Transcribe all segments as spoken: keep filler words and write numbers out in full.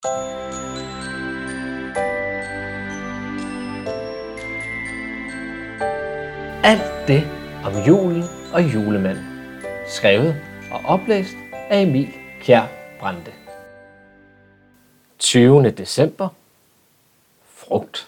Alt det om julen og julemanden. Skrevet og oplæst af Emil Kjær Brande. tyvende december. Frugt.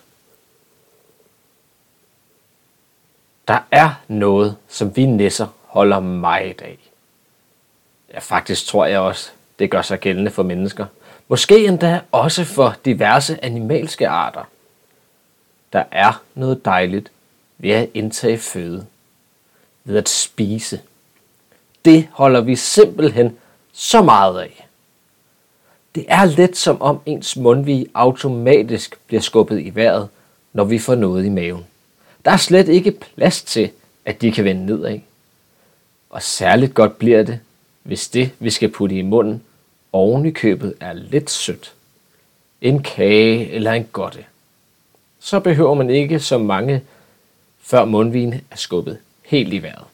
Der er noget, som vi nisser holder meget af. Ja, faktisk tror jeg også, det gør sig gældende for mennesker. Måske endda også for diverse animalske arter. Der er noget dejligt ved at indtage føde. Ved at spise. Det holder vi simpelthen så meget af. Det er lidt som om ens mundvige automatisk bliver skubbet i vejret, når vi får noget i maven. Der er slet ikke plads til, at de kan vende nedad. Og særligt godt bliver det, hvis det, vi skal putte i munden, oven i købet er lidt sødt. En kage eller en godte. Så behøver man ikke så mange, før mundvigen er skubbet helt i vejret.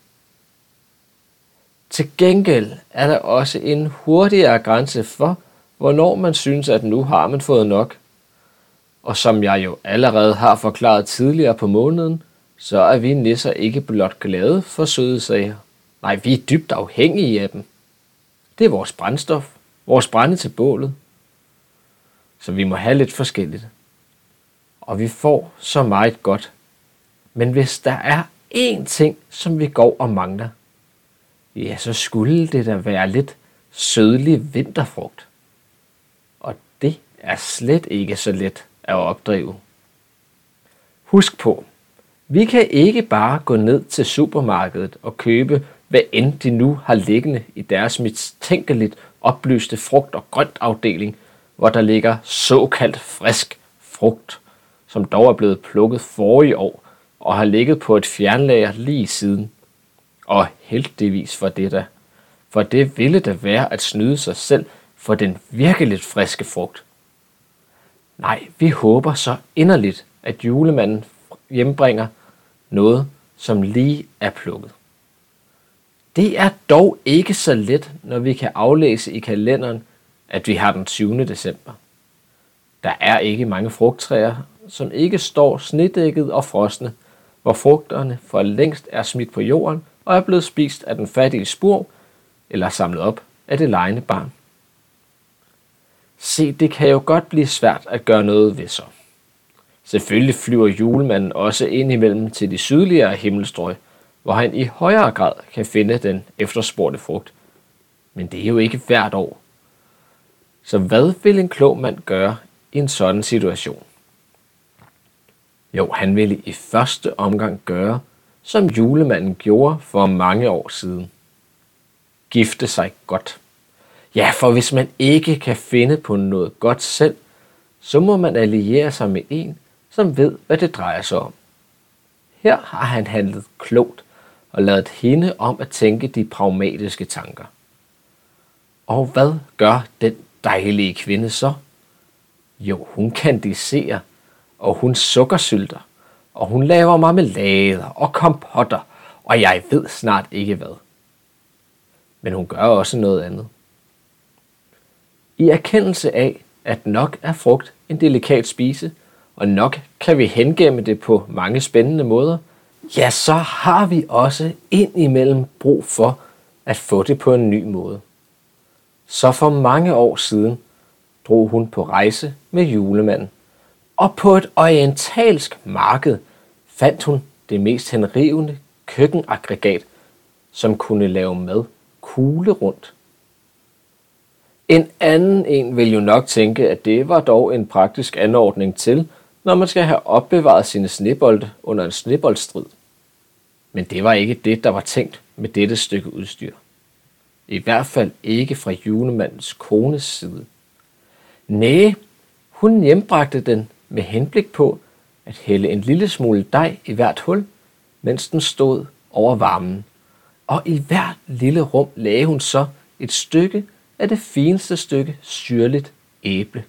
Til gengæld er der også en hurtigere grænse for, hvornår man synes, at nu har man fået nok. Og som jeg jo allerede har forklaret tidligere på måneden, så er vi nisser ikke blot glade for søde sager. Nej, vi er dybt afhængige af dem. Det er vores brændstof, vores brænde til bålet. Så vi må have lidt forskelligt. Og vi får så meget godt. Men hvis der er én ting, som vi går og mangler, ja, så skulle det da være lidt sødlig vinterfrugt. Og det er slet ikke så let at opdrive. Husk på, vi kan ikke bare gå ned til supermarkedet og købe, hvad end de nu har liggende i deres mistænkeligt oplyste frugt- og grøntafdeling, hvor der ligger såkaldt frisk frugt, som dog er blevet plukket forrige år og har ligget på et fjernlager lige siden. Og heldigvis for det da, for det ville da være at snyde sig selv for den virkeligt friske frugt. Nej, vi håber så inderligt, at julemanden hjembringer noget, som lige er plukket. Det er dog ikke så let, når vi kan aflæse i kalenderen, at vi har den tyvende december. Der er ikke mange frugttræer, som ikke står snedækket og frosne, hvor frugterne for længst er smidt på jorden og er blevet spist af den fattige spurv eller samlet op af det legende barn. Se, det kan jo godt blive svært at gøre noget ved så. Selvfølgelig flyver julemanden også ind imellem til de sydligere himmelstrøg, hvor han i højere grad kan finde den efterspurgte frugt. Men det er jo ikke hvert år. Så hvad vil en klog mand gøre i en sådan situation? Jo, han ville i første omgang gøre, som julemanden gjorde for mange år siden. Gifte sig godt. Ja, for hvis man ikke kan finde på noget godt selv, så må man alliere sig med en, som ved, hvad det drejer sig om. Her har han handlet klogt og ladet hende om at tænke de pragmatiske tanker. Og hvad gør den dejlige kvinde så? Jo, hun kandiserer, og hun sukkersylter, og hun laver marmelader og kompotter, og jeg ved snart ikke hvad. Men hun gør også noget andet. I erkendelse af, at nok er frugt en delikat spise, og nok kan vi hengemme det på mange spændende måder, ja, så har vi også indimellem brug for at få det på en ny måde. Så for mange år siden drog hun på rejse med julemanden, og på et orientalsk marked fandt hun det mest henrivende køkkenaggregat, som kunne lave mad kugle rundt. En anden en vil jo nok tænke, at det var dog en praktisk anordning til, når man skal have opbevaret sine snebolde under en sneboldstrid. Men det var ikke det, der var tænkt med dette stykke udstyr. I hvert fald ikke fra julemandens kones side. Næh, hun hjembragte den med henblik på at hælde en lille smule dej i hvert hul, mens den stod over varmen. Og i hvert lille rum lagde hun så et stykke af det fineste stykke syrligt æble.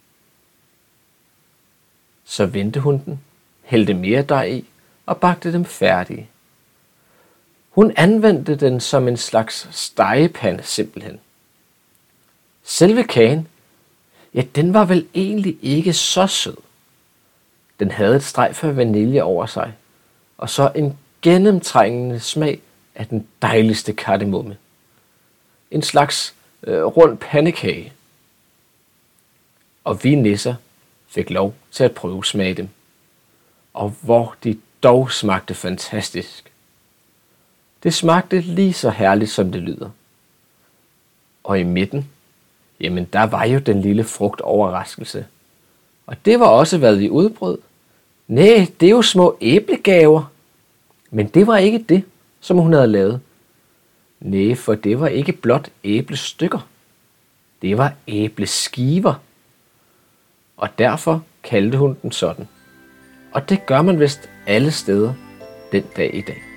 Så vendte hun den, hældte mere dej i og bagte dem færdige. Hun anvendte den som en slags stegepande simpelthen. Selve kagen, ja, den var vel egentlig ikke så sød. Den havde et strejf af vanilje over sig, og så en gennemtrængende smag af den dejligste kardemomme. En slags øh, rund pandekage. Og vi nisser fik lov til at prøve smage dem. Og hvor de dog smagte fantastisk. Det smagte lige så herligt, som det lyder. Og i midten, jamen der var jo den lille frugtoverraskelse. Og det var også, hvad vi udbrød. Næh, det er jo små æblegaver. Men det var ikke det, som hun havde lavet. Næh, for det var ikke blot æblestykker. Det var æbleskiver. Og derfor kaldte hun den sådan. Og det gør man vist alle steder den dag i dag.